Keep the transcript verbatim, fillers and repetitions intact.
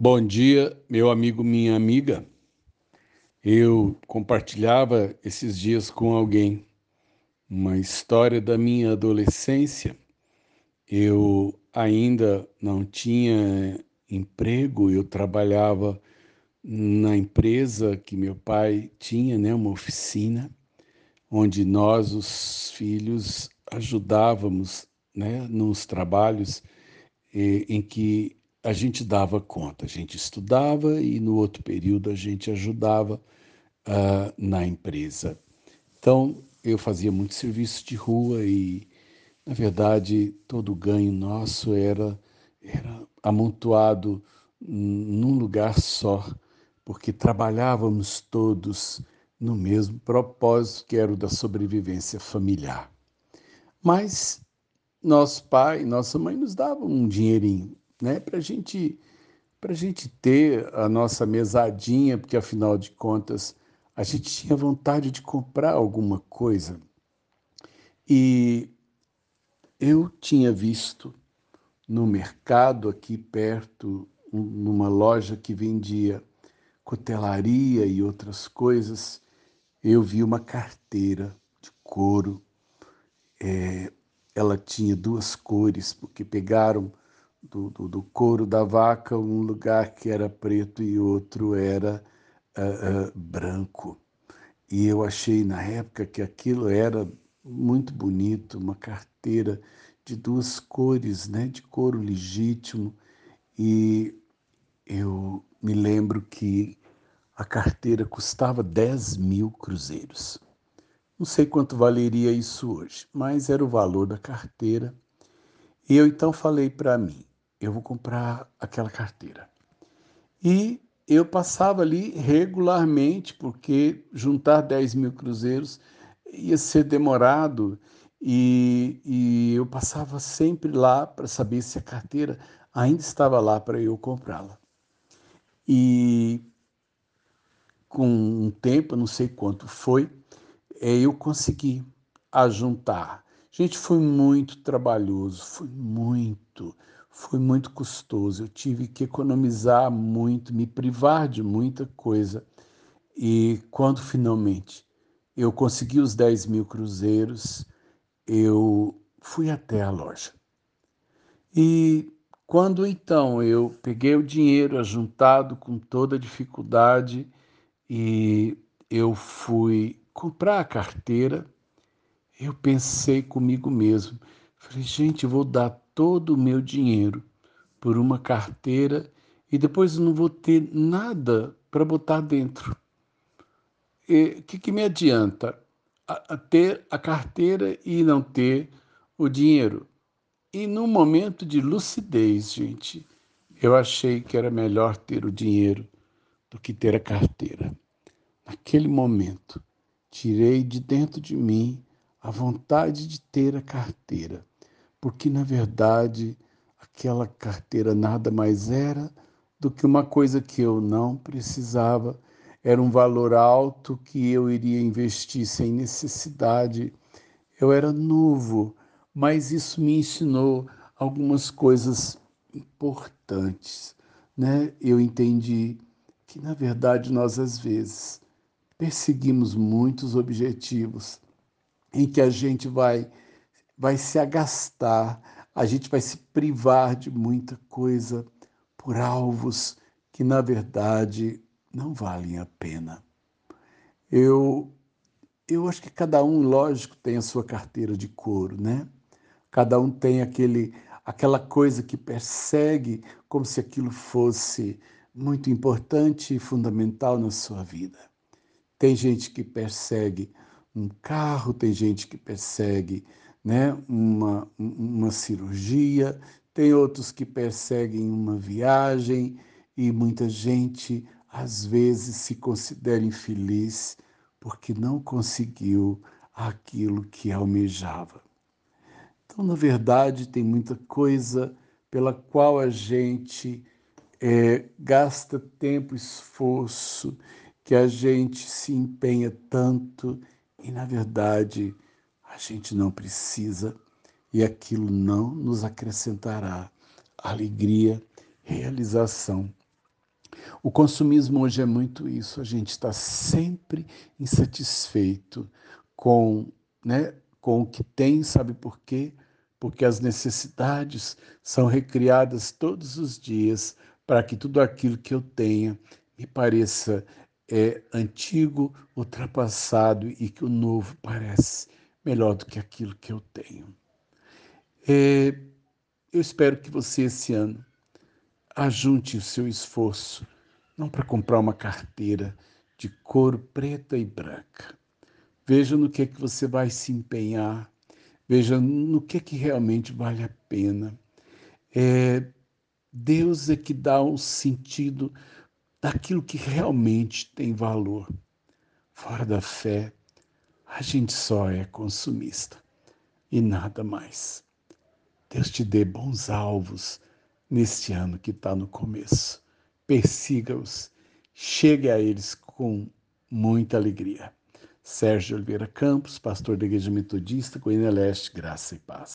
Bom dia, meu amigo, minha amiga. Eu compartilhava esses dias com alguém uma história da minha adolescência. Eu ainda não tinha emprego, eu trabalhava na empresa que meu pai tinha, né, uma oficina, onde nós, os filhos, ajudávamos, né, nos trabalhos eh, em que a gente dava conta. A gente estudava e no outro período a gente ajudava uh, na empresa. Então, eu fazia muito serviço de rua e, na verdade, todo o ganho nosso era, era amontoado num lugar só, porque trabalhávamos todos no mesmo propósito, que era o da sobrevivência familiar. Mas nosso pai, nossa mãe nos davam um dinheirinho, né, para gente, para gente ter a nossa mesadinha, porque afinal de contas a gente tinha vontade de comprar alguma coisa. E eu tinha visto no mercado aqui perto, numa loja que vendia cutelaria e outras coisas, eu vi uma carteira de couro. Ela tinha duas cores, porque pegaram do, do, do couro da vaca um lugar que era preto e outro era uh, uh, branco. E eu achei na época que aquilo era muito bonito, uma carteira de duas cores, né, de couro legítimo. E eu me lembro que a carteira custava dez mil cruzeiros. Não sei quanto valeria isso hoje, mas era o valor da carteira. E eu então falei para mim, eu vou comprar aquela carteira. E eu passava ali regularmente, porque juntar dez mil cruzeiros ia ser demorado, e, e eu passava sempre lá para saber se a carteira ainda estava lá para eu comprá-la. E com um tempo, não sei quanto foi, é, eu consegui ajuntar. Gente, foi muito trabalhoso, foi muito, foi muito custoso. Eu tive que economizar muito, me privar de muita coisa. E quando finalmente eu consegui os dez mil cruzeiros, eu fui até a loja. E quando então eu peguei o dinheiro ajuntado com toda a dificuldade e eu fui comprar a carteira, eu pensei comigo mesmo, falei, gente, eu vou dar todo o meu dinheiro por uma carteira e depois eu não vou ter nada para botar dentro. O que, que me adianta a, a ter a carteira e não ter o dinheiro? E no momento de lucidez, gente, eu achei que era melhor ter o dinheiro do que ter a carteira. Naquele momento, tirei de dentro de mim a vontade de ter a carteira, porque, na verdade, aquela carteira nada mais era do que uma coisa que eu não precisava, era um valor alto que eu iria investir sem necessidade. Eu era novo, mas isso me ensinou algumas coisas importantes, né? Eu entendi que, na verdade, nós, às vezes, perseguimos muitos objetivos em que a gente vai, vai se agastar, a gente vai se privar de muita coisa por alvos que, na verdade, não valem a pena. Eu, eu acho que cada um, lógico, tem a sua carteira de couro, né? Cada um tem aquele, aquela coisa que persegue como se aquilo fosse muito importante e fundamental na sua vida. Tem gente que persegue um carro, tem gente que persegue, né, uma, uma cirurgia, tem outros que perseguem uma viagem e muita gente, às vezes, se considera infeliz porque não conseguiu aquilo que almejava. Então, na verdade, tem muita coisa pela qual a gente é, gasta tempo, esforço, que a gente se empenha tanto e, na verdade, a gente não precisa e aquilo não nos acrescentará alegria, realização O consumismo hoje é muito isso, a gente está sempre insatisfeito com, né, com o que tem, sabe por quê? Porque as necessidades são recriadas todos os dias para que tudo aquilo que eu tenha me pareça é, antigo, ultrapassado e que o novo parece melhor do que aquilo que eu tenho. É, eu espero que você esse ano ajunte o seu esforço, não para comprar uma carteira de couro preta e branca. Veja no que é que você vai se empenhar, veja no que é que realmente vale a pena. É, Deus é que dá o sentido daquilo que realmente tem valor. Fora da fé, a gente só é consumista e nada mais. Deus te dê bons alvos neste ano que está no começo. Persiga-os, chegue a eles com muita alegria. Sérgio Oliveira Campos, pastor da Igreja Metodista, Goiânia Leste, graça e paz.